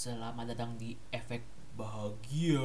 Selamat datang di Efek Bahagia.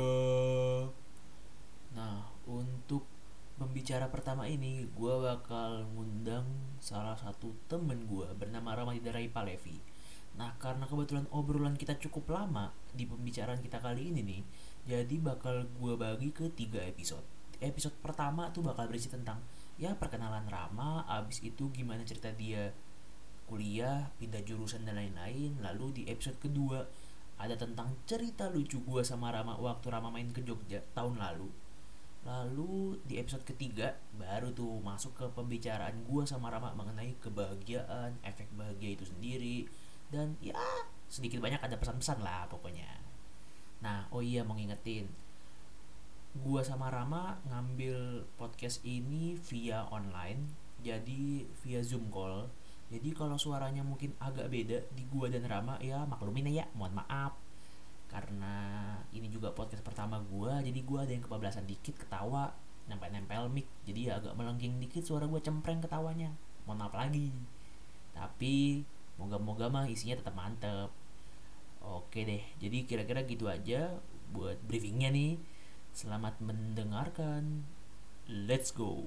Nah, untuk pembicara pertama ini, gue bakal ngundang salah satu temen gue bernama Ramadita Rai Palevi. Nah, karena kebetulan obrolan kita cukup lama di pembicaraan kita kali ini nih, jadi bakal gue bagi ke 3 episode. Episode pertama tuh bakal berisi tentang ya perkenalan Rama, abis itu gimana cerita dia kuliah, pindah jurusan dan lain-lain. Lalu di episode kedua ada tentang cerita lucu gue sama Rama waktu Rama main ke Jogja tahun lalu. Lalu di episode ketiga baru tuh masuk ke pembicaraan gue sama Rama mengenai kebahagiaan, efek bahagia itu sendiri, dan ya sedikit banyak ada pesan-pesan lah pokoknya. Nah, oh iya mau ngingetin, gue sama Rama ngambil podcast ini via online, jadi via Zoom call. Jadi kalau suaranya mungkin agak beda di gua dan Rama ya maklumin ya, mohon maaf. Karena ini juga podcast pertama gua, jadi gua ada yang kebablasan dikit ketawa, nempel-nempel mic. Jadi ya agak melengking dikit suara gua cempreng ketawanya. Mohon maaf lagi. Tapi moga-moga mah isinya tetap mantep. Oke deh, jadi kira-kira gitu aja buat briefingnya nih. Selamat mendengarkan. Let's go.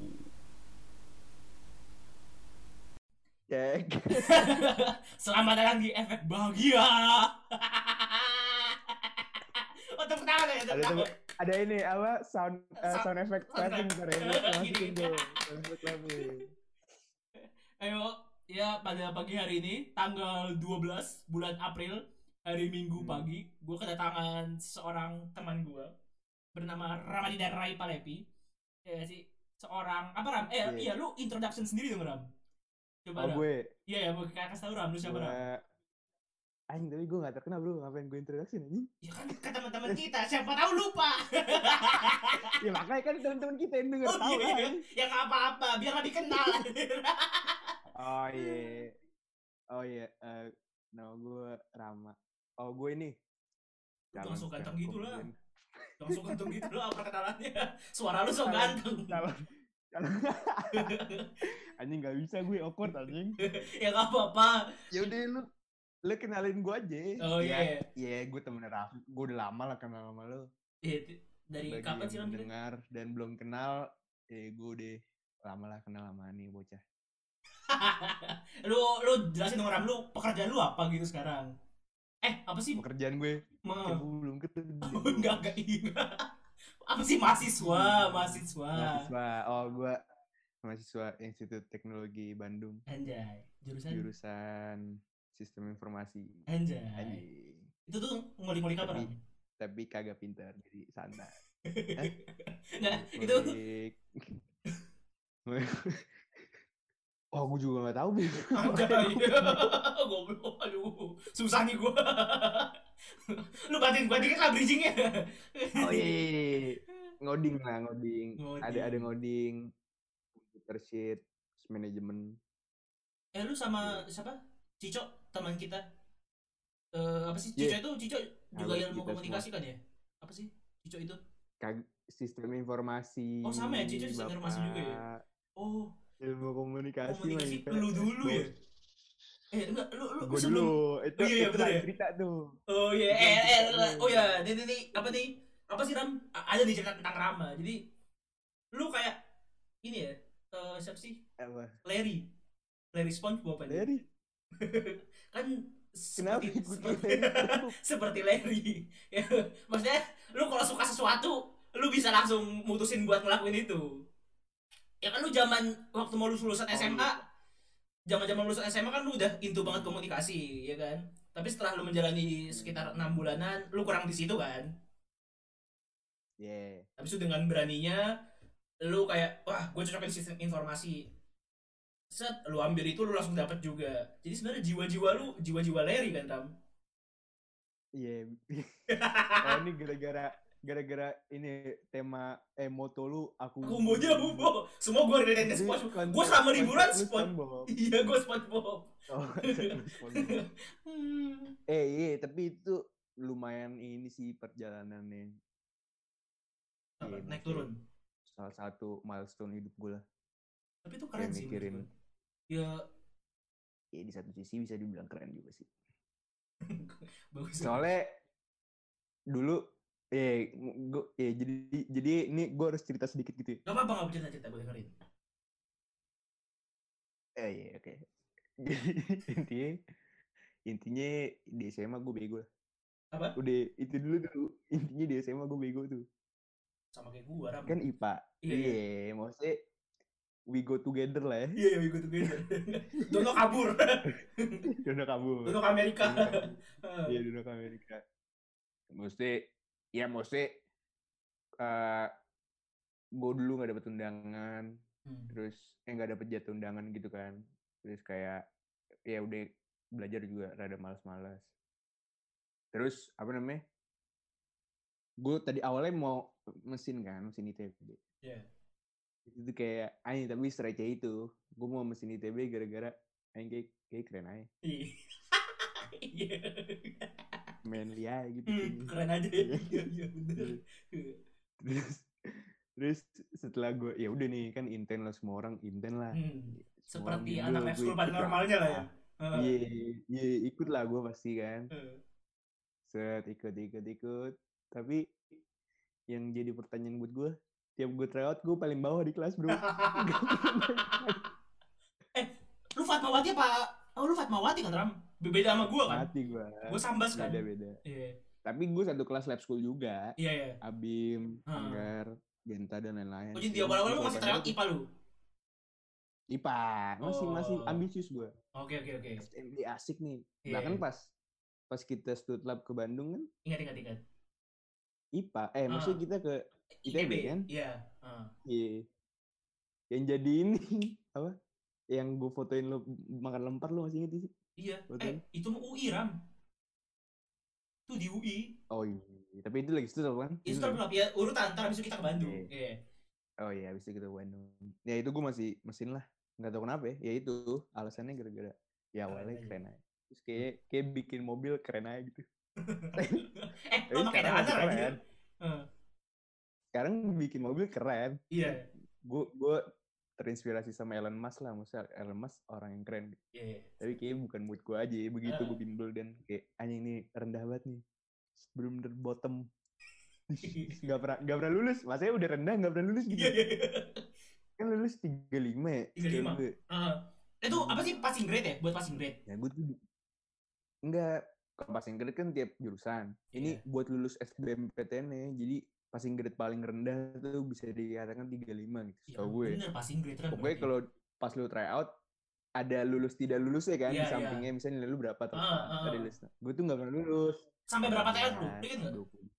Cek. Selamat datang di efek bahagia. Oh, tepuk tangan ya, tepuk Ada tuh, tangan. ada ini apa Sound, sound effect sound clapping clap. ntar ya. Lu Gini. masukin tuh sound effect clapping. Ayo, ya pada pagi hari ini, tanggal 12 bulan April, hari Minggu Hmm. pagi, gue kedatangan seorang teman gue bernama Ramadhan Rai Palepi. Ya sih, seorang apa Ram? Iya. Iya, lu introduction sendiri dong Ram. Coba Oh Ram. gue, Iya ya, mau kasih tahu Ram, lu siapa Ram? gue anjing tapi gue gak terkenal bro, ngapain gue introduction anjing? Ya kan ke teman-teman kita, siapa tahu lupa. Ya makanya kan teman-teman kita yang denger Oh tahu lah iya, anjing. ya nggak apa-apa, biar lebih kenal. Oh iya, oh iya, nama gue Rama. Oh gue ini Lu jangan calon so stand ganteng up gitu lah. comedian. Jangan so ganteng gitu lah apa kenalannya. Suara lu so Calon, ganteng. calon, calon. Anjing gak bisa gue awkward anjing. Ya nggak apa-apa. Ya udah lu kenalin gue aja. Oh Ya, iya. ya gue temen Raffi. Gue udah lama lah kenal sama lu. Dari Bagi kapan yang sih Ram kita? mendengar dan belum kenal, gue udah lama lah kenal sama nih bocah. Lu jelasin dong Ram, lu pekerjaan lu apa gitu sekarang? Apa sih? Pekerjaan gue, Ma ya gue belum kerja oh, bro. enggak ingat. Apa sih mahasiswa, mahasiswa. Mahasiswa, oh gue mahasiswa Institut Teknologi Bandung, Anjay, jurusan jurusan Sistem Informasi. anjay. Anjing. Itu tuh ngulik-ngulik apa Tapi Ram? tapi kagak pintar, jadi santai. Hah? Nggak, itu Ngulik. Oh, gue juga gak tahu, Bim. Makanya anjay. gue bingung. Goblok, aduh. Susah nih gua. Lu bantuin gua dikit lah bridgingnya. Oh iya, iya, iya, iya. Ngoding lah, ngoding. Ada Ngoding. ngoding, computer sheet, manajemen. Lu sama Iya, siapa? Cico, teman kita. Apa sih? iya, Cico juga sahabat ilmu kita semua. komunikasi kan ya? Apa sih? Cico itu? Sistem informasi, Oh sama ya, Cico sistem informasi juga ya? Bapak. Oh, Ilmu komunikasi mah komunikasi lu IPS, dulu ya? bos. Enggak, lu Gue dulu, sebelum. itu Oh iya, iya itu bener lain ya? cerita tuh. Oh iya, Itu lain cerita tuh. oh ya, nih, apa nih? Apa sih Ram? Ada nih cerita tentang Rama. Jadi lu kayak ini ya? Siapa sih? Apa? Larry. Larry SpongeBob aja. Larry? Kan Kenapa seperti ikut seperti Larry SpongeBob? seperti Larry. Ya, maksudnya lu kalau suka sesuatu, lu bisa langsung mutusin buat ngelakuin itu. Ya kan lu zaman waktu mau lulusan Oh iya, SMA, zaman-zaman lulusan SMA kan lu udah into banget komunikasi, ya kan? Tapi setelah lu menjalani sekitar 6 bulanan, lu kurang di situ kan? yeah. Habis itu dengan beraninya, lu kayak, wah, gue cocokin sistem informasi. Set, lu ambil itu, lu langsung dapet juga. Jadi sebenarnya jiwa-jiwa lu, jiwa-jiwa Larry kan, Ram? Iya. Oh ini gara-gara ini tema moto lu aku Aku mau jauh, Bo. Semua gue related ke jadi SpongeBob. Gue konsep selama konsep liburan lu Spon. SpongeBob. Iya, gue SpongeBob. Oh konsep lu SpongeBob. Iya tapi itu lumayan ini sih perjalanannya. Apa? Iya Naik maksudnya turun. salah satu milestone hidup gue lah. Tapi itu Kayak keren sih menurut mikirin, gue. Ya, ya di satu sisi bisa dibilang keren juga sih. Bagus bagus. Soalnya dulu jadi ini gue harus cerita sedikit gitu ya. Gak apa-apa, nggak cerita cerita, gue dengerin. Iya oke. intinya intinya di SMA gue bego lah. Apa? Udah itu dulu tuh intinya di SMA gue bego tuh. Sama kayak gua, Ram. Kan IPA. Iya iya. Iya, maksudnya we go together lah ya. Iya iya, we go together. Dono kabur. Dono kabur. Dono ke Amerika. Dono kabur. Iya, Dono ke Amerika. Maksudnya, ya maksudnya uh, gue dulu nggak dapet undangan, Hmm. terus nggak dapet jatuh undangan gitu kan. Terus kayak ya udah belajar juga rada malas-malas. Terus apa namanya? Gue tadi awalnya mau mesin ITB. Iya. Itu tuh kayak anjing tapi sereceh itu. Gue mau mesin ITB gara-gara anjing kayak keren aja. Iya. Iya. Manly aja gitu Hmm, kayaknya. keren aja ya. Iya. Iya iya bener. Iya. Terus terus setelah gue ya udah nih kan inten lah semua orang inten lah. Hmm. Semua orang Seperti bimbel anak gue ekskul pada ikut lah. normalnya lah ya. Heeh. Iya, iya ikut lah gue pasti kan. Heeh. Set ikut. Tapi yang jadi pertanyaan buat gue, tiap gue tryout gue paling bawah di kelas bro. Gak pernah naik. Eh, lu Fatmawati apa? Oh, lu Fatmawati kan, Ram? Beda sama gua kan? Mati gue. Gua Sambas kan? Beda-beda. Iya. Tapi gue satu kelas lab school juga. Iya, iya. Abim, Heeh. Anggar, Genta dan Oh, lain-lain. jadi di Ya awal-awal gue lu selalu masih paling bawah tryout tuh. IPA lu? IPA masih Oh. ambisius gue. Oke, oke, oke. FTMD asik nih. Iya, Bahkan iya. pas kita stud lab ke Bandung kan Ingat, ingat, ingat. IPA. Heeh. Maksudnya kita ke ITB ITB. kan? Iya. Heeh. Iya. Yang jadi ini apa? Yang gue fotoin lo makan lempar lo masih inget sih Iya. fotonya? Itu mau UI, Ram. Itu di UI. Oh iya. Tapi itu lagi stud kan? Itu Itu kan? terberapa ya urutan, ntar habis itu kita ke Bandung. Iya. Iya. Oh iya, habis itu kita ke Bandung. Ya itu gue masih mesin lah. Nggak tahu kenapa ya. Ya itu alasannya gara-gara ya Keren awalnya aja. keren aja. Terus kayak bikin mobil keren aja gitu. Lo Tapi pakai sekarang masih Danner aja. keren. Heeh. Sekarang bikin mobil keren. Iya. Gue terinspirasi sama Elon Musk lah. Maksudnya Elon Musk orang yang keren. Iya, iya. Tapi kayak bukan mood gue aja. Begitu gue Heeh. bimbel dan kayak anjing ini rendah banget nih. Bener-bener bottom. Gak pernah lulus. Masanya udah rendah gak pernah lulus Iya, gitu. iya, iya. Kan lulus 35 ya. Tiga Kayak lima. gue. Heeh. Itu apa sih passing grade ya? Buat passing grade. Ya gue tuh enggak. Kalau passing grade kan tiap jurusan. Ini Iya. buat lulus SBMPTN ya. Jadi passing grade paling rendah tuh bisa dikatakan 35 gitu. Iya, Setahu gue. bener passing grade Ram Pokoknya berarti. kalau pas lu try out ada lulus tidak lulus ya kan Iya, di iya. sampingnya misalnya nilai lu berapa atau Heeh, apa ada heeh. lulus. Gue tuh nggak pernah lulus. Sampai berapa TN lu? 18, Ingat nggak?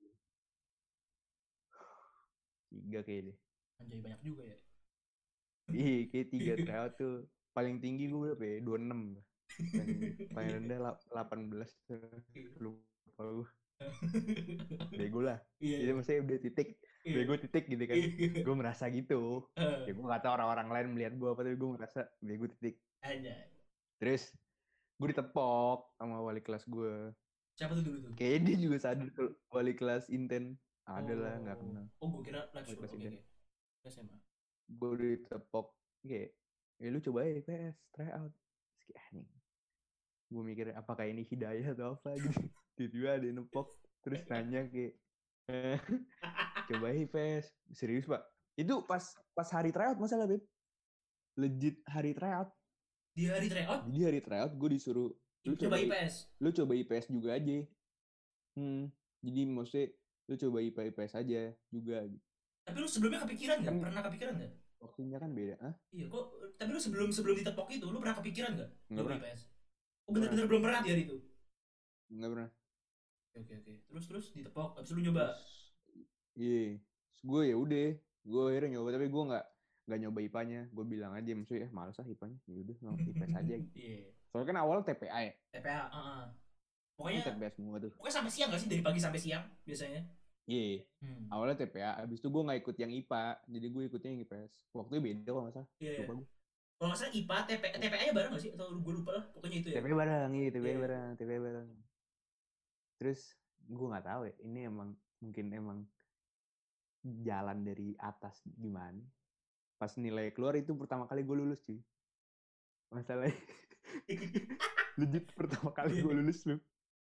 23 kayak deh. Anjay, banyak juga ya. Ih, kayak 3 tryout tuh. Paling tinggi gue berapa ya? 26. Paling, paling rendah 18 tuh. Lupa gue. Bego lah. Iya, Jadi iya. maksudnya udah titik. Iya. Bego titik gitu kan. Iya. Gue merasa gitu. Ya Heeh. gue gak tau orang-orang lain melihat gue apa. Tapi gue merasa bego titik. Anjay. Terus gue ditepok sama wali kelas gue. Siapa tuh dulu tuh? Kayaknya dia juga sadar kalau wali kelas Inten. Ada lah, nggak Oh. kenal. Oh, gue kira live Wali school. kelas Oke, Inten. oke. SMA. Gue ditepok. Kayak, ya lu coba aja IPS, try out. Terus kayak, anjing. Gue mikir, apakah ini hidayah atau apa gitu. Tiba-tiba ada yang nepok. Terus nanya kayak, eh, coba aja IPS. Serius pak? Itu pas hari tryout masalah, Beb. Legit hari tryout. Di hari tryout, Jadi hari tryout gue disuruh, coba IPS. lu coba IPS juga aja. Jadi maksudnya lu coba IPA IPS aja juga gitu. Tapi lu sebelumnya kepikiran nggak? Kan Pernah kepikiran nggak? waktunya kan beda. Hah? Iya, kok. Tapi lu sebelum sebelum ditepok itu, lu pernah kepikiran nggak Nggak coba pernah. IPS? Oh, Nggak pernah. bener-bener belum pernah di hari itu. Nggak pernah. Oke, oke. Terus ditepok, habis itu lu nyoba. Terus iya. Terus gue ya udah. Gue akhirnya nyoba tapi gue nggak nyoba IPA-nya. Gue bilang aja maksudnya males ah IPA-nya. Ya udah IPS aja gitu. Iya. Soalnya kan awal TPA ya. TPA, Kan Pokoknya TPA semua tuh. pokoknya sampai siang nggak sih, dari pagi sampai siang biasanya? Iya. Hmm. Awalnya TPA. Abis itu gue nggak ikut yang IPA. Jadi gue ikutnya yang IPS. Waktunya beda kok nggak salah. Iya, iya. Lupa gue. Kalau nggak salah IPA, TPA-nya bareng nggak sih? Atau gue lupa lah. Pokoknya itu ya. TPA bareng. Iya TPA Iya. bareng. TPA bareng. Terus gue nggak tahu ya. Ini emang mungkin emang jalan dari atas gimana. Pas nilai keluar itu pertama kali gue lulus cuy. Masalahnya legit pertama kali gue lulus Beb.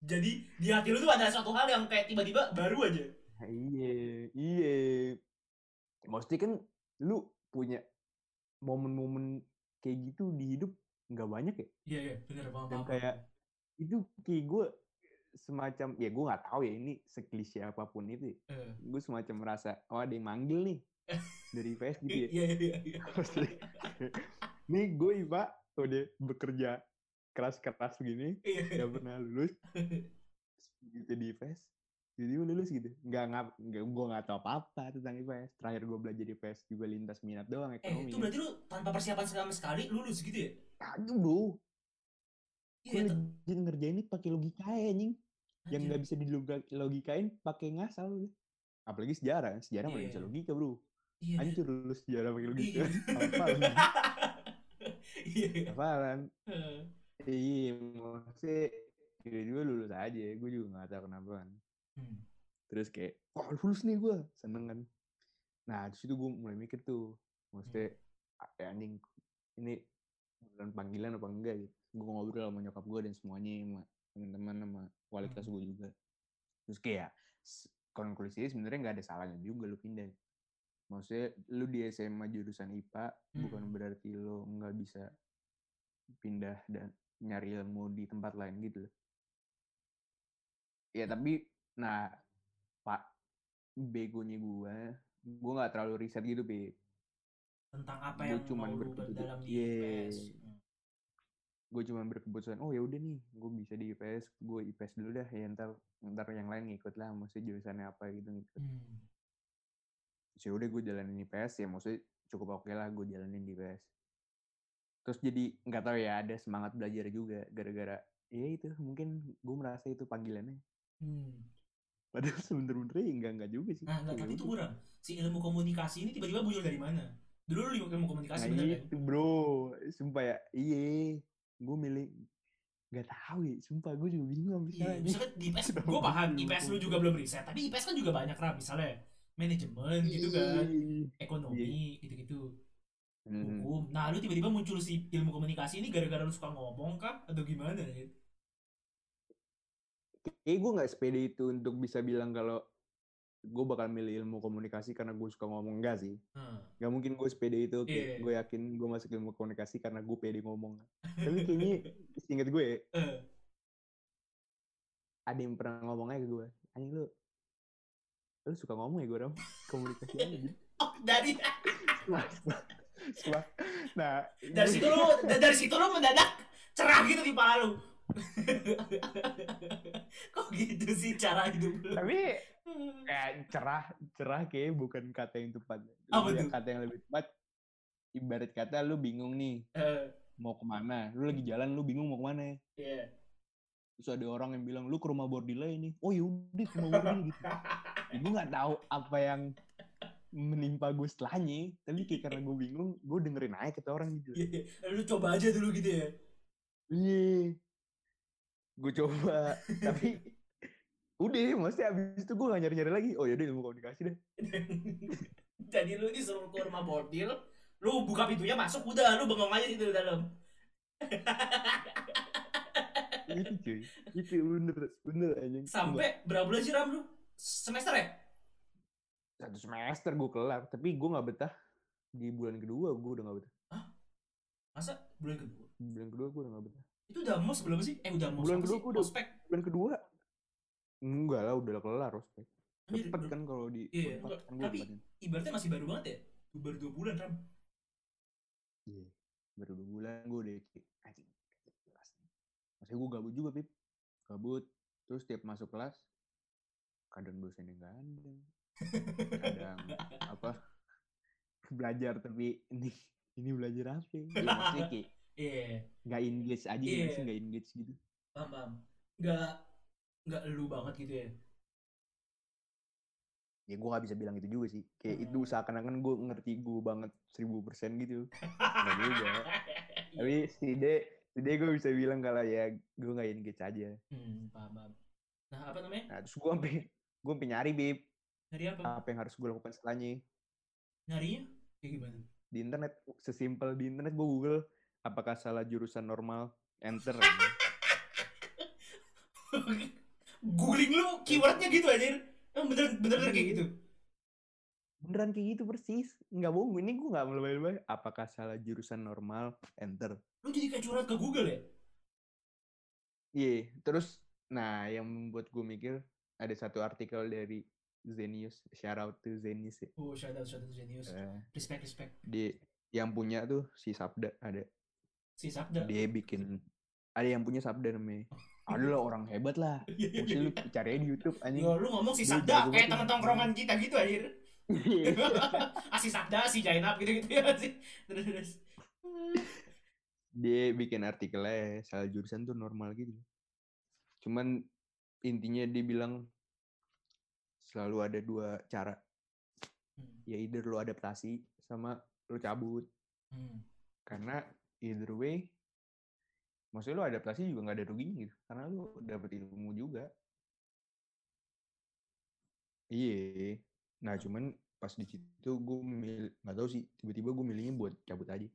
Jadi di hati lu tuh ada suatu hal yang kayak tiba-tiba baru aja. Nah, iya, iya. Maksudnya kan lu punya momen-momen kayak gitu di hidup nggak banyak ya. Iya iya bener paham Dan paham paham. kayak itu kayak gue semacam, ya gue nggak tahu ya ini seklise apapun itu ya. Eh. Gue semacam merasa oh ada yang manggil nih dari IPS gitu ya. Iya iya iya. Maksudnya, nih gue IPA udah bekerja keras-keras begini Iya. gak pernah lulus gitu di IPS, jadi lulus gitu nggak gue nggak tahu apa-apa tentang IPS. Terakhir gue belajar di IPS juga lintas minat doang, Itu ekonomi kan. berarti lu tanpa persiapan sama sekali lulus gitu ya? Aduh bro, gue Iya, legit ngerjain ini pakai logika anjing, yang nggak anjir. bisa dilogikain pakai ngasal udah. Apalagi sejarah, sejarah mana bisa Iya. logika bro. Iya deh. Hancur lulus sejarah pakai logika. Iya. Hafalan, Iya. Iya. hafalan. Eh. Iya, maksudnya tiba-tiba lulus aja. Gue juga gak tahu kenapa kan. Hmm. Terus kayak, oh lulus nih gue, seneng kan. Nah, di situ gue mulai mikir tuh, maksudnya, Hmm. anjing, ini beneran panggilan apa enggak gitu. Gue ngobrol sama nyokap gue dan semuanya, sama teman-teman, sama wali kelas Hmm. gue juga. Terus kayak, konklusinya sebenarnya nggak ada salahnya juga lu pindah. Maksudnya, lu di SMA jurusan IPA, bukan Hmm. berarti lu nggak bisa pindah dan nyari ilmu di tempat lain gitu loh. Ya tapi, nah pak, begonya gue nggak terlalu riset gitu Pip. Tentang apa Gue yang mau cuman lu berkeputusan, dalam di IPS. yeah, Hmm. gue cuman berkeputusan oh ya udah nih gue bisa di IPS, gue IPS dulu dah ya, ntar ntar yang lain ngikut lah, maksudnya jurusannya apa gitu ngikut. Hmm. Terus ya udah gue jalanin IPS, ya maksudnya cukup oke lah gue jalanin di IPS. Terus jadi nggak tahu ya, ada semangat belajar juga gara-gara ya itu, mungkin gue merasa itu panggilannya. Hmm. Padahal sebenernya enggak juga sih, Nah, enggak, kayak tapi itu udah. kurang. Si ilmu komunikasi ini tiba-tiba muncul dari mana? Dulu lu ilmu komunikasi Nah bener kan? itu bro, sumpah ya, iye, gue milih, nggak tahu ya, sumpah gue juga bingung sampai Iya, sekarang nih. misalkan di IPS, Kenapa gue gue paham, milih ilmu IPS lu juga komunikasi? belum riset, tapi IPS kan juga banyak lah, misalnya manajemen gitu kan, Iya, ekonomi, iya. gitu-gitu, Hmm. hukum. Nah, lu tiba-tiba muncul si ilmu komunikasi ini gara-gara lu suka ngomong kah? Atau gimana ya? Kayaknya gue nggak sepede itu untuk bisa bilang kalau gue bakal milih ilmu komunikasi karena gue suka ngomong, enggak sih. Hmm. Gak mungkin gue sepede itu, kayak gue Iya. yakin gue masuk ilmu komunikasi karena gue pede ngomong. Tapi kayaknya inget gue ya, Eh. ada yang pernah ngomong aja ke gue, anjing lu suka ngomong ya gue ram, komunikasi aja gitu. Oh, dari Setelah, setelah, setelah, nah dari gue situ lu dari situ lu mendadak cerah gitu di kepala lu. Kok gitu sih cara hidup lu? tapi kayak cerah, cerah kayak bukan kata yang tepat, Apa lebih tuh? kata yang lebih tepat, ibarat kata lu bingung nih Eh. mau kemana, lu lagi jalan lu bingung mau kemana, Iya. terus ada orang yang bilang lu ke rumah Bordila ini, oh yaudah ke rumah Bordila gitu. Ya, gue nggak tahu apa yang menimpa gue setelahnya, tapi kayak karena gue bingung gue dengerin aja kata orang gitu. Iya, lu coba aja dulu gitu ya. Iya, gue coba, tapi udah maksudnya abis itu gue gak nyari-nyari lagi, oh yaudah ilmu komunikasi deh. Jadi lu disuruh ke rumah bordil, lu buka pintunya masuk, udah lu bengong aja situ di dalam. Itu cuy, itu bener bener anjing, sumpah. Sampai berapa bulan sih Ram lu? Semester ya? 1 semester gue kelar, tapi gue gak betah. Di bulan kedua gue udah gak betah. Hah? Masa bulan kedua? Bulan kedua gue udah gak betah. Itu udah mos belum sih? Udah mos Bulan apa kedua sih? gue udah, Ospek. bulan kedua enggak lah, udah kelar ospek. Anjir, Cepet kan kalau di iya, Unpad enggak. kan, gue Tapi tempatin. ibaratnya masih baru banget ya? Baru 2 bulan Ram. Iya, baru 2 bulan gue udah kayak anjing, kelas. Maksudnya gue gabut juga Pip, gabut. Terus tiap masuk kelas kadang dosen yang gak ada, kadang apa, belajar tapi ini belajar apa ya? Ya maksudnya kayak Iya, nggak engage aja gitu sih, iya, nggak engage gitu. paham, paham. Nggak, nggak lu banget gitu ya? Ya gue nggak bisa bilang itu juga sih, kayak itu Hmm. seakan-akan gue ngerti gue banget 1000% gitu, nggak juga. Tapi Iya. setidaknya gue bisa bilang kalau ya gue nggak engage aja. Paham, paham. Nah, apa namanya? Nah terus gue sampai nyari Bib, Nyari apa? apa yang harus gue lakukan setelahnya Nyarinya? Kayak gimana? di internet. Sesimpel di internet gue Google apakah salah jurusan normal, enter anjing. Googling lu Yang keywordnya gitu anjir. Emang bener kayak gitu. iya, beneran kayak gitu persis. Nggak bohong, ini gue nggak melebay-lebay. Apakah salah jurusan normal? Enter. Lu jadi kayak curhat ke Google ya? Iya, terus nah yang membuat gue mikir ada satu artikel dari Zenius, shout out to Zenius ya. Oh, shout out genius. Eh, Respect. di yang punya tuh si Sabda ada. Si Sabda. Dia bikin ada yang punya Sabda namanya. Adalah orang hebat lah. Iya, iya, Mesti iya. lu cari aja di YouTube anjing. Yo, lu ngomong si Dia Sabda jago kayak banget lah. temen tongkrongan kita gitu anjir. Ah, si Sabda, si Jainab gitu-gitu ya sih. Terus. Dia bikin artikelnya salah jurusan tuh normal gitu. Cuman intinya dia bilang selalu ada dua cara. Hmm. Ya either lu adaptasi sama lu cabut. Hmm. Karena either way, maksudnya lu adaptasi juga nggak ada ruginya gitu. Karena lu dapet ilmu juga. Iya. Nah cuman pas di situ gue nggak tahu sih, tiba-tiba gue milihnya buat cabut aja.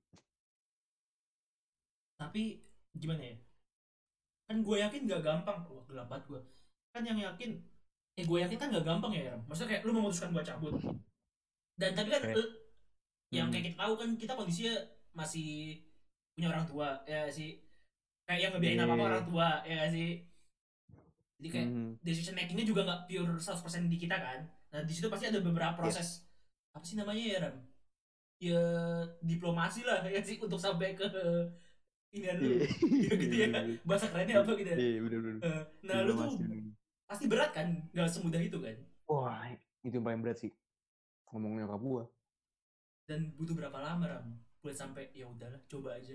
Tapi gimana ya? Kan gue yakin gak gampang. Wah, gelap banget gue. Kan yang yakin, gue yakin kan gak gampang ya, Ram. Maksudnya kayak lu memutuskan buat cabut. Dan tapi kan Kayak, yang hmm, kayak kita tahu kan kita kondisinya masih punya orang tua ya nggak sih, kayak yang ngebiayain apa apa orang iya, tua ya nggak sih. Jadi kayak hmm, decision makingnya juga nggak pure 100% di kita kan. Nah di situ pasti ada beberapa yes, proses, apa sih namanya ya Ram, ya diplomasi lah ya sih untuk sampai ke ini iya, lu ya gitu iya ya, bener, bahasa kerennya apa gitu ya. iya bener, Nah lu tuh diplomasi bener. pasti berat kan, nggak semudah itu kan, Wah, itu yang paling berat sih ngomong nyokap gue. dan butuh berapa lama Ram buat sampai ya udahlah coba aja.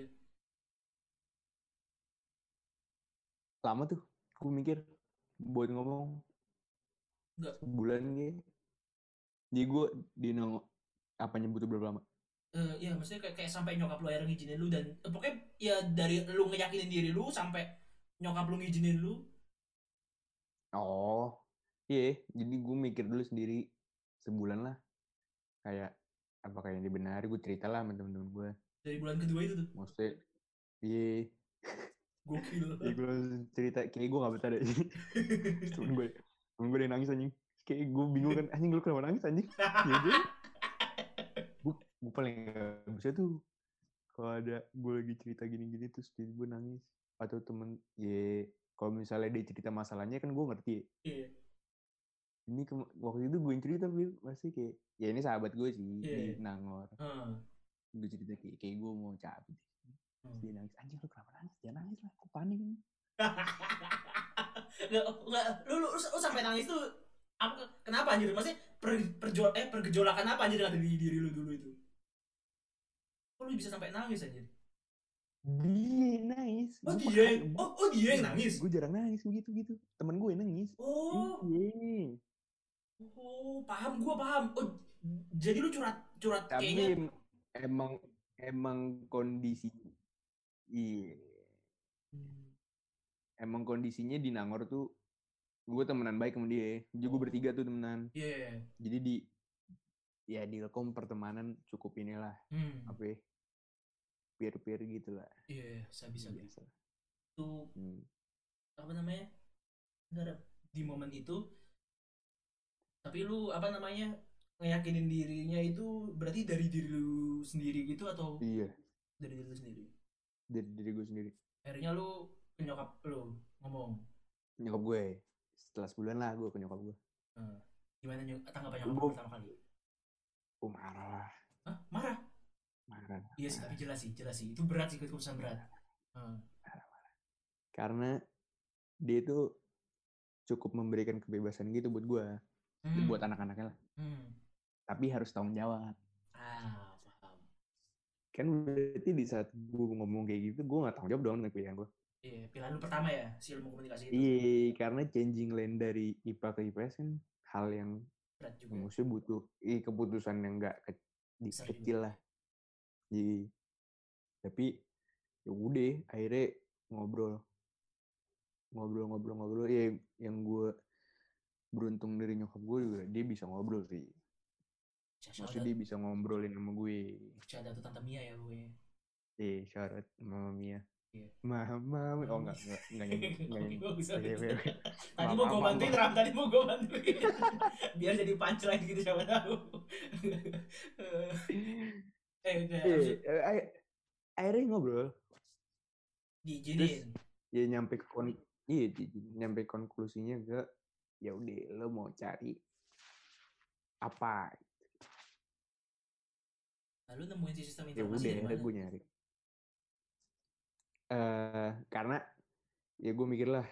Lama tuh, gue mikir buat ngomong Nggak, sebulan gitu. Jadi gue di apa butuh berapa lama? ya maksudnya kayak sampai nyokap lu akhirnya ngizinin lu, dan pokoknya ya dari lu ngeyakinin diri lu sampai nyokap lu ngizinin lu. Oh, iya, jadi gue mikir dulu sendiri sebulan lah. Kayak apakah yang dibenari, gue cerita lah sama temen-temen gue. Dari bulan kedua itu tuh Maksudnya, iya, gokil. iya gue langsung cerita. Kayak gue gak betah deh. Temen gue yang nangis anjing. Kayak gue bingung kan, anjing lu kenapa nangis anjing? Ya udah, gue paling gak bisa tuh. Kalau ada gue lagi cerita gini-gini terus tiba-tiba nangis. Atau temen, ya kalau misalnya dia cerita masalahnya kan gue ngerti ya. Iya, Ini waktu itu gue yang cerita Bim. Masih kayak ya ini sahabat gue sih iya, di iya. Nangor. Hmm, Gue cerita kayak gue mau cabut. Terus hmm. dia nangis, anjing lu kenapa nangis? Jangan nangis lah, aku panik ini. Nggak, lu sampai nangis tuh apa, kenapa anjir, maksudnya pergejolakan apa anjir yang ada di diri lu dulu itu, kok lu bisa sampai nangis anjir? Dia yang nangis, Oh gue dia, panik. oh dia yang nangis. Gue jarang nangis begitu gitu. Temen gue yang nangis. Oh, Iya. oh, paham, gua paham. Oh, jadi lu curhat curhat Tapi kayaknya. emang emang kondisi, iya, Hmm. emang kondisinya di Nangor tuh gue temenan baik sama dia. Jadi gue Oh, bertiga tuh temenan. iya, yeah. Jadi ya di Ilkom pertemanan cukup inilah Hmm, apa ya, peer-peer gitu lah. iya, yeah, sabi-sabi. Biasa. Tuh, Hmm. apa namanya? Nggak ada di momen itu, tapi lu apa namanya? Ngeyakinin dirinya itu berarti dari diri lu sendiri gitu atau Iya, dari diri lu sendiri? dari diri gue sendiri. Akhirnya lu ke nyokap lu ngomong. Nyokap gue, setelah sebulan lah gue ke nyokap gue. Eh, gimana tanggapan nyokap lu Gue, pertama kali? marah lah, Hah? Marah? marah, Iya sih, tapi marah, jelas sih. Itu berat sih, keputusan berat. marah, Eh, marah. Karena dia tuh cukup memberikan kebebasan gitu buat gue, buat hmm, anak-anaknya lah. hmm. Tapi harus tanggung jawab. Ah, paham. Kan berarti di saat gue ngomong kayak gitu, gue gak tanggung jawab dong dengan pilihan gue. Iya, pilihan lu pertama ya, si ilmu komunikasi itu. Iya, karena changing lane dari IPA ke IPS kan hal yang Berat juga. maksudnya butuh keputusan yang gak Besar juga. kecil lah. Jadi, tapi ya udah akhirnya ngobrol ngobrol ya, yang gue beruntung dari nyokap gue juga dia bisa ngobrol sih, Shout maksudnya out, dia bisa ngobrolin sama gue. shout out tuh Tante Mia ya gue. Syarat Mama Mia. Iya. Mama, oh Mami. enggak nyanyi, enggak Oke, nyanyi. bagus Oke, bagus. oke, oke. Tadi Maaf, mau maaf, gue maaf, bantuin maaf. Ram, tadi mau gue bantuin. Biar jadi punchline gitu siapa tahu. Udah abis itu Iya, akhirnya ngobrol. Terus diizinin. ya nyampe ke iya, nyampe konklusinya ke ya udah lo mau cari apa? Lalu nemuin si sistem Ya informasi udah, dari akhirnya mana? gue nyari. Karena ya gue mikir lah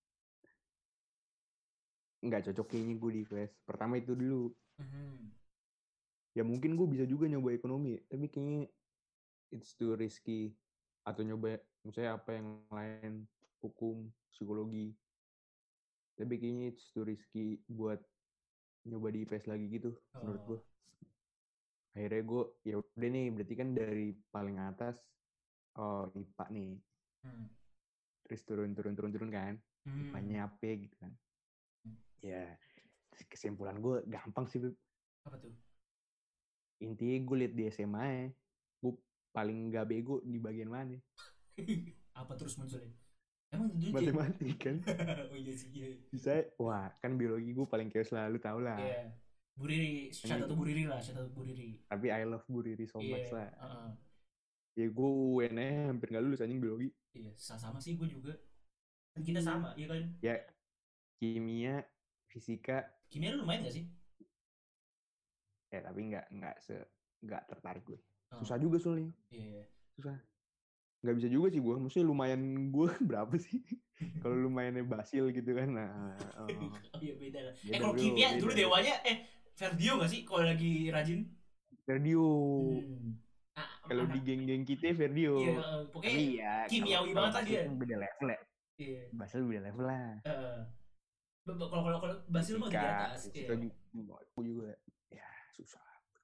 nggak cocok kayaknya gue di IPS. Pertama itu dulu. Mhm. Ya mungkin gue bisa juga nyoba ekonomi, tapi kayaknya it's too risky. Atau nyoba misalnya apa yang lain, hukum, psikologi. Tapi kayaknya it's too risky buat nyoba di IPS lagi gitu menurut gue. Oh. Akhirnya gue ya udah nih, berarti kan dari paling atas IPA nih. Hmm. Terus turun kan. Hmm. IPA-nya apa gitu kan. Ya kesimpulan gue gampang sih, Beb. Apa tuh? Intinya gue liat di SMA ya, gue paling gak bego di bagian mana? Apa terus munculnya? Emang dulu Matematik kan. Oh iya sih, iya. Bisa, wah kan biologi gue paling chaos lah, lu tau lah. Iya. Bu Riri, shout out to Ini, Bu Riri lah, shout out to Bu Riri. tapi I love Bu Riri so Iya, much lah. heeh. Ya gue UN aja hampir gak lulus anjing biologi. Iya, sama sih gue juga. Kan kita sama, iya kan? Ya kimia, fisika, Kimia lu lumayan gak sih? ya tapi nggak tertarik gue. Oh, Susah juga soalnya, iya, iya. susah. Nggak bisa juga sih gue, maksudnya lumayan gue berapa sih? Kalau lumayannya Basil gitu kan, nah Oh iya beda lah. beda Kalau bro, kimia dulu beda. dewanya Verdio gak sih kalau lagi rajin? Verdio, Hmm. kalau di Anak geng-geng kita Verdio. iya, pokoknya Tapi ya kalau kimiawi kalau banget lah Basil dia. kan beda level ya. Iya. Basil beda level lah. Eh, kalau Basil mah udah Fisika, di atas. fisika Iya, juga, ya susah.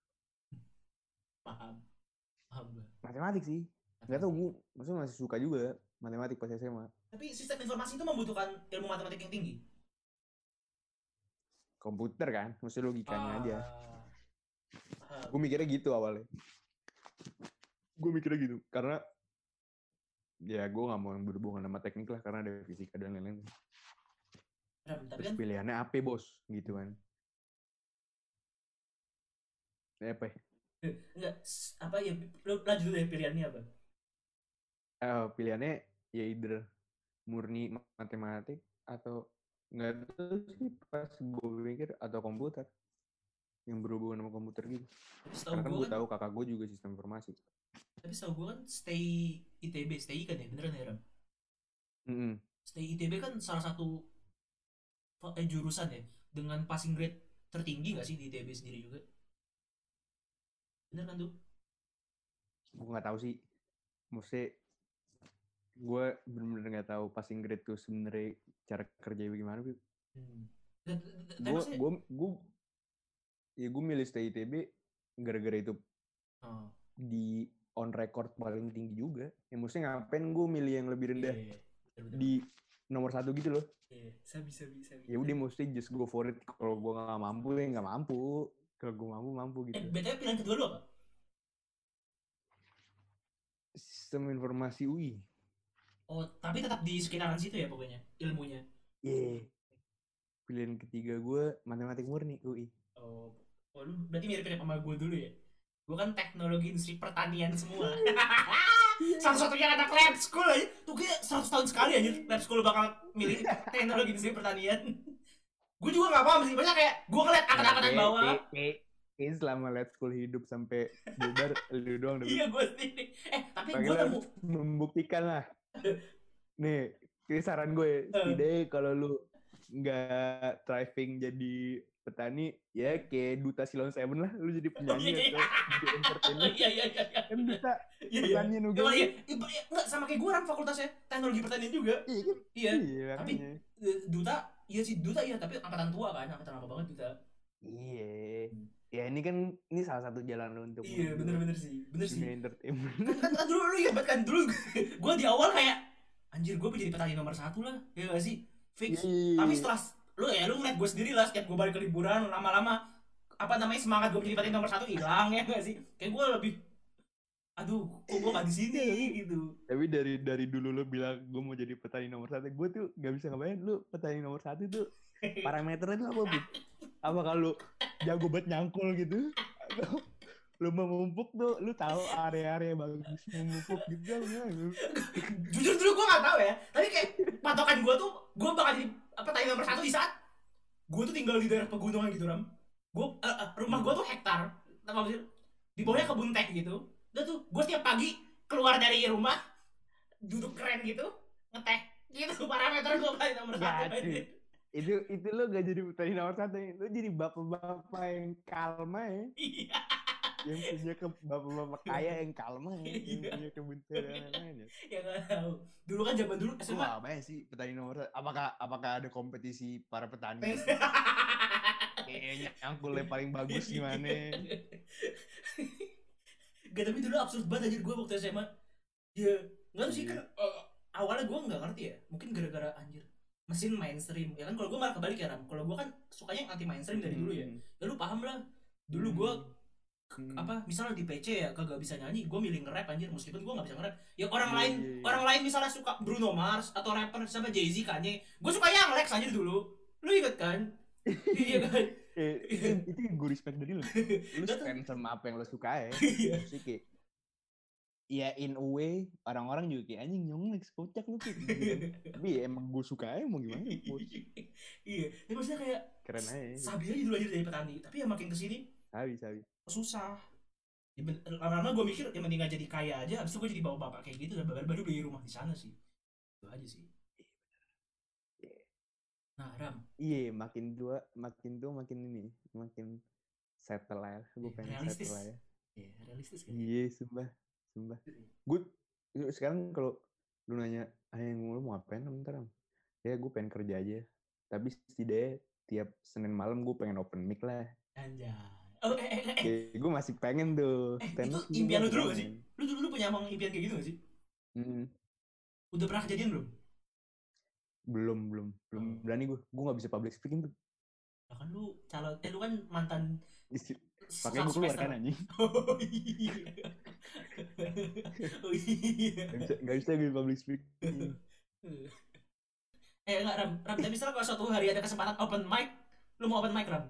paham. Paham gue. Matematik sih, nggak tau gue, maksudnya masih suka juga matematik pas SMA. Tapi sistem informasi itu membutuhkan ilmu matematik yang tinggi. Komputer kan, maksudnya logikanya aja. Ah, Gue paham. mikirnya gitu awalnya. Gue mikirnya gitu karena ya gue nggak mau yang berhubungan sama teknik lah, karena ada fisika dan lain-lain. Tapi Terus kan pilihannya apa bos gitu kan. Apa ya? enggak apa ya, lu lanjut dulu ya pilihannya apa? Pilihannya ya either murni matematik atau nggak tahu sih, pas gue mikir atau komputer yang berhubungan sama komputer gitu. Tapi setahu Karena kan gue gue kan, tahu kakak gue juga sistem informasi. stay ITB, stay kan ya, beneran ya Ram? Mm-mm. Stay ITB kan salah satu jurusan ya dengan passing grade tertinggi nggak sih di ITB sendiri juga? Bener kan tuh? Gue nggak tahu sih, maksudnya gue bener-bener nggak tahu passing grade tuh sebenarnya cara kerja bagaimana. Hmm. Tapi gue maksudnya, gue gue ya gue milih stay ITB gara-gara itu oh di on record paling tinggi juga. Ya maksudnya ngapain gue milih yang lebih iya, rendah iya, bener bener. di nomor satu gitu loh. Iya, sabi sabi sabi. Ya udah mesti just go for it. Kalau gue nggak mampu ya nggak mampu. Kalau gue mampu gitu. BTW pilihan kedua lu apa? Sistem informasi UI. Oh, tapi tetap di sekitaran situ ya pokoknya ilmunya. Yeah. Pilihan ketiga gue matematik murni UI. Oh, oh lu berarti mirip-mirip sama gue dulu ya? Gue kan teknologi industri pertanian semua. Satu-satunya anak lab school aja. Tuh kayak 100 tahun sekali aja lab school bakal milih teknologi industri pertanian. Gue juga gak paham sih. Banyak kayak gue ngeliat angkatan-angkatan bawah. Ini selama let's school hidup sampai bubar lu doang deh. Iya gue sendiri. Tapi Pakai gue nemu. harus membuktikan lah. Nih, ini saran gue, setidaknya kalau lu nggak thriving jadi petani, ya kayak Duta Silon Seven lah, lu jadi penyanyi atau jadi entertainer. Iya iya iya. Kan bisa Iya iya. pertanian juga. Iya enggak sama kayak gue kan fakultasnya teknologi pertanian juga. Iya kan? Iya. Iya, Tapi makanya. Duta, iya sih Duta iya, tapi angkatan tua kan, angkatan apa banget Duta. Iya. Ya ini kan ini salah satu jalan lu untuk Iya bener sih, bener sih. dunia entertainment. Kan dulu lu ya kan dulu gue di awal kayak anjir gue jadi petani nomor 1 lah, ya gak sih fix. Iya. Tapi setelah lu ngeliat gue sendiri lah, setiap gue balik ke liburan lama-lama apa namanya semangat gue jadi petani nomor 1 hilang, ya gak sih. Kayak gue lebih aduh kok gue nggak di sini Iya, gitu. tapi dari dulu lo bilang gue mau jadi petani nomor satu, gue tuh gak bisa ngebayang lu petani nomor satu tuh parameternya tuh apa, Bud? Apa kalau jago buat nyangkul gitu? Atau lu mau memupuk tuh, lu tahu area-area bagus memupuk gitu kan? Jujur dulu gue nggak tahu ya, tapi kayak patokan gue tuh gue bakal jadi apa tanya nomor satu di saat gue tuh tinggal di daerah pegunungan gitu ram. Gue rumah gue Hmm. tuh hektar, apa sih, di bawahnya kebun teh gitu. Udah tuh gue setiap pagi keluar dari rumah duduk keren gitu ngeteh gitu, parameter gue paling nomor satu Gak aja. cuy. Itu lo gak jadi petani nomor satu ya. Lo jadi bapak-bapak yang kalma ya. Iya. Yang punya ke bapak-bapak kaya yang kalma ya. Yang Iya. punya kebun teh dan lain-lain ya. Ya nggak tahu, dulu kan zaman dulu Gue SMA. gak apa sih petani nomor satu. Apakah ada kompetisi para petani gitu? Kayaknya nyangkulnya paling bagus gimana? Gak, tapi dulu absurd banget anjir gue waktu SMA. Ya nggak tahu sih kan, Iya. awalnya gue nggak ngerti ya, mungkin gara-gara anjir mesin mainstream ya kan. Kalau gue malah kebalik ya ram, kalau gue kan sukanya yang anti mainstream dari dulu ya. Hmm. Ya lu paham lah, dulu gue Hmm. Hmm. apa misalnya di PC ya kagak bisa nyanyi, gue milih nge-rap anjir meskipun gue nggak bisa nge-rap. Ya orang Iya, lain, iya, iya. orang lain misalnya suka Bruno Mars atau rapper sama Jay-Z, Kanye, gue suka yang Lex anjir dulu. Lu inget kan? Iya kan? Itu yang gue respect dari lu. Lu Gak tuh. stand sama apa yang lu suka ya. Iya. Maksudnya kayak, ya in a way orang-orang juga kayak anjing nyong next kocak lu kayak gitu. Tapi ya emang gue suka aja mau gimana bos. Iya, ya maksudnya kayak Keren aja. sabi aja dulu aja dari petani, tapi ya makin kesini Habis habis. susah. Ya, lama-lama gue mikir ya mending gak jadi kaya aja, abis itu gue jadi bawa bapak kayak gitu dan baru beli rumah di sana sih. Itu aja sih. Nah, Ram, Iya, makin tua makin ini, makin settle lah. Gue pengen settle lah realistis. ya. Ya, realistis kan ya. Iya, sumpah, sumpah. Gue sekarang kalau lu nanya, ayah lu mau ngapain ntar? Ya gue pengen kerja aja. Tapi setidaknya tiap Senin malam gue pengen open mic lah. Anjay. Oh, Kayak gue masih pengen tuh stand itu up sih, gue impian lu masih dulu gak sih? pengen. Lu punya emang impian kayak gitu gak sih? Hmm, Udah pernah kejadian belum? belum Oh, berani gue nggak bisa public speaking tuh. ya kan lu calon, lu kan mantan Makanya satu gue keluar semester. kan anjing. Oh iya. Oh iya. Gak bisa gue public speaking. Enggak Ram, Ram, tapi misalnya kalau suatu hari ada kesempatan open mic, lu mau open mic Ram?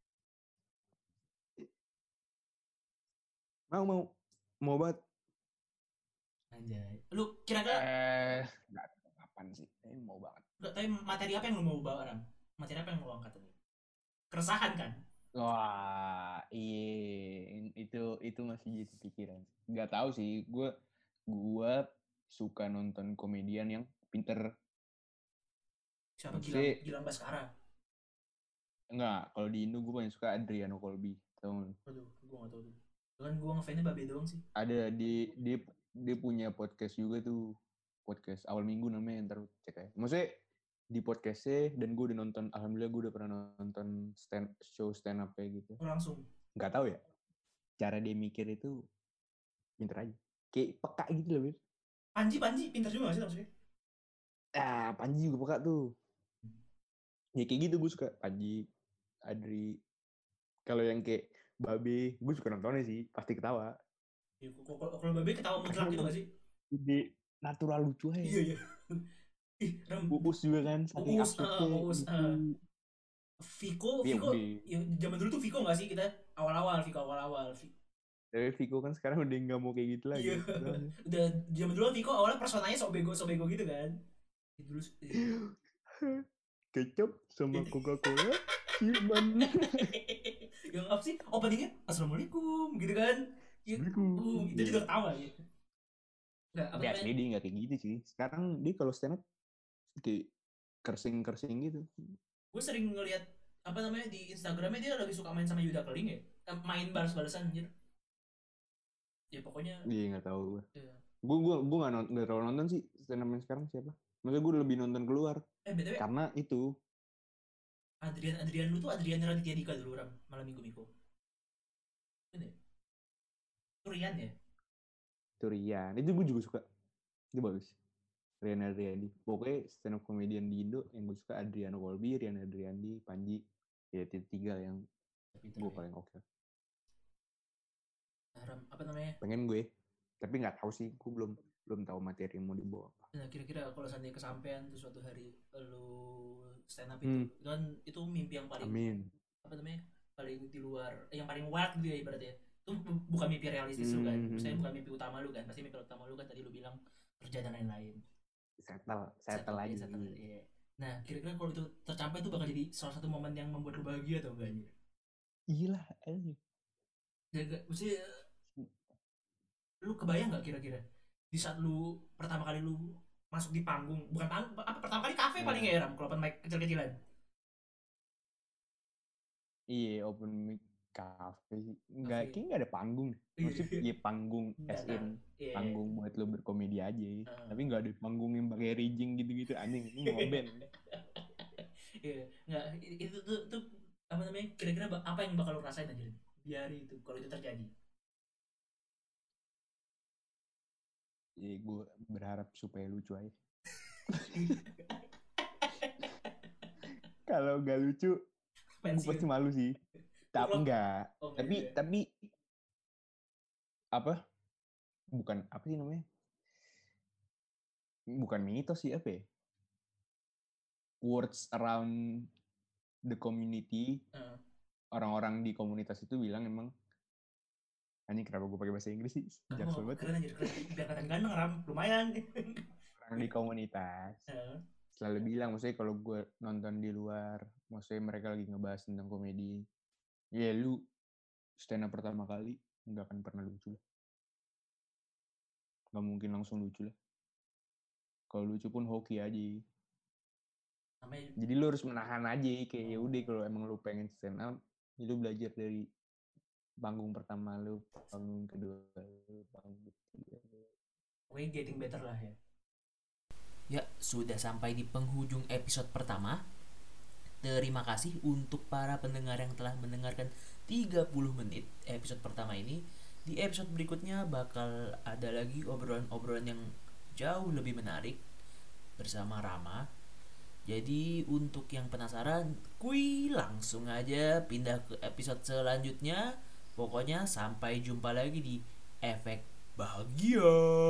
Mau banget. Anjay. Lu kira-kira, Nggak tahu kapan sih. Ini mau banget. nggak tahu materi apa yang lu mau bawa Ram? Materi apa yang lu angkat ini? Keresahan kan? Wah, iya, itu masih jadi pikiran. Nggak tahu sih, gue suka nonton komedian yang pinter. Siapa Gilang, Maksudnya Gilang Baskara? enggak, kalau di Indo gue paling suka Adriano Colby. Tahu nggak? Aduh, gua nggak tahu tuh. Kan gua ngefansnya Babe doang sih. Ada dia punya podcast juga tuh, podcast awal minggu namanya, ntar cek aja. Maksudnya di podcastnya, dan gue udah nonton, alhamdulillah gue udah pernah nonton stand up kayak gitu. Oh, langsung. Nggak tahu ya, cara dia mikir itu pinter aja, kayak peka gitu loh, Bir. Panji, Panji, pintar juga gak sih maksudnya? Panji juga peka tuh. Ya kayak gitu gue suka Panji, Adri. Kalau yang kayak Babe, gue suka nontonnya sih, pasti ketawa. Ya, kalau Babe ketawa Karena mutlak gitu emang gak sih? ide natural lucu aja. Iya, iya. Ih, Ram, Uus juga kan, saking absurdnya Uus, lucu. Iya Viko, udah. ya, zaman dulu tuh Viko gak sih kita? Awal-awal, Viko awal-awal. Tapi Viko kan sekarang udah nggak mau kayak gitu lagi. Iya, udah zaman dulu kan Viko awalnya personanya sok bego gitu kan. Itu dulu, Kecap sama Coca-Cola, ciuman. yang apa sih? Openingnya Assalamualaikum gitu kan? Ya, itu Iya. juga ketawa ya. Nggak, apa Tapi namanya? asli dia nggak kayak gitu sih. Sekarang dia kalau stand up kayak kersing-kersing gitu. Gue sering ngeliat apa namanya di Instagramnya, dia lagi suka main sama Yuda Keling ya. Main balas-balasan anjir. Ya pokoknya Dia nggak tahu gue. ya. Gue nggak terlalu nonton sih stand up yang sekarang siapa. Maksudnya gue lebih nonton keluar BTW, karena itu Adrian lu tuh Adrian Raditya Dika dulu Ram, malam minggu Miko. Ini ya? Itu Rian ya? itu Rian. Itu gue juga suka. Itu bagus. Rian Adriandi. Pokoknya stand up comedian di Indo yang gue suka Adriano Colby, Rian Adriandi, Panji. Ya itu tiga yang Pinter gue ya. paling oke. Nah, Ram, apa namanya? Pengen gue Tapi nggak tahu sih, gue belum tahu materi yang mau dibawa apa. Nah, kira-kira kalau seandainya kesampaian tuh suatu hari lu stand up Hmm, itu kan itu mimpi yang paling amin. apa namanya? Paling di luar yang paling wild gitu ya ibaratnya. Itu bukan mimpi realistis lu kan. Maksudnya Hmm, bukan mimpi utama lu kan. Pasti mimpi utama lu kan tadi lu bilang kerja dan lain-lain. settle Settle ya lagi. settle ya. Nah, kira-kira kalau itu tercapai itu bakal jadi salah satu momen yang membuat lu bahagia atau enggak anjir? Iya lah, anjing. Maksudnya lu kebayang nggak kira-kira di saat lu pertama kali lu masuk di panggung, bukan panggung apa, pertama kali kafe paling Nah, ya Ram, kalau open mic kecil-kecilan. iya, open mic cafe sih. Kafe. Kayaknya nggak ada panggung. Maksudnya ya panggung as Nggak in tahu. Iya. panggung buat lo berkomedi aja. Tapi Heeh. nggak ada panggung yang pakai rigging gitu-gitu. Anjing, ini mau ngeband. Iya, nggak itu tuh apa namanya? Kira-kira apa yang bakal lu rasain aja di hari itu kalau itu terjadi? Iya, gue berharap supaya lucu aja. Kalau nggak lucu, gue pasti Pensiun. malu sih. Lu Tapi kalau enggak. oh nggak Tapi juga. tapi apa? Bukan apa sih namanya? Bukan mitos sih apa ya? Words around the community, Heeh. orang-orang di komunitas itu bilang emang anjing kenapa gue pakai bahasa Inggris sih? Kamu Jaksel banget ya. keren aja, keren. Biar kelihatan ganteng Ram, lumayan. Orang di komunitas Heeh. selalu bilang, maksudnya kalau gue nonton di luar, maksudnya mereka lagi ngebahas tentang komedi, ya lu stand up pertama kali nggak akan pernah lucu lah, nggak mungkin langsung lucu lah. Kalau lucu pun hoki aja. Namanya Jadi lu harus menahan aja, kayak ya udah oh, kalau emang lu pengen stand up, ya lu belajar dari panggung pertama lu, panggung kedua lu, panggung ketiga lu. we getting better lah ya. Ya, sudah sampai di penghujung episode pertama. Terima kasih untuk para pendengar yang telah mendengarkan 30 menit episode pertama ini. Di episode berikutnya bakal ada lagi obrolan-obrolan yang jauh lebih menarik bersama Rama. Jadi untuk yang penasaran, langsung aja pindah ke episode selanjutnya. Pokoknya sampai jumpa lagi di Efek Bahagia.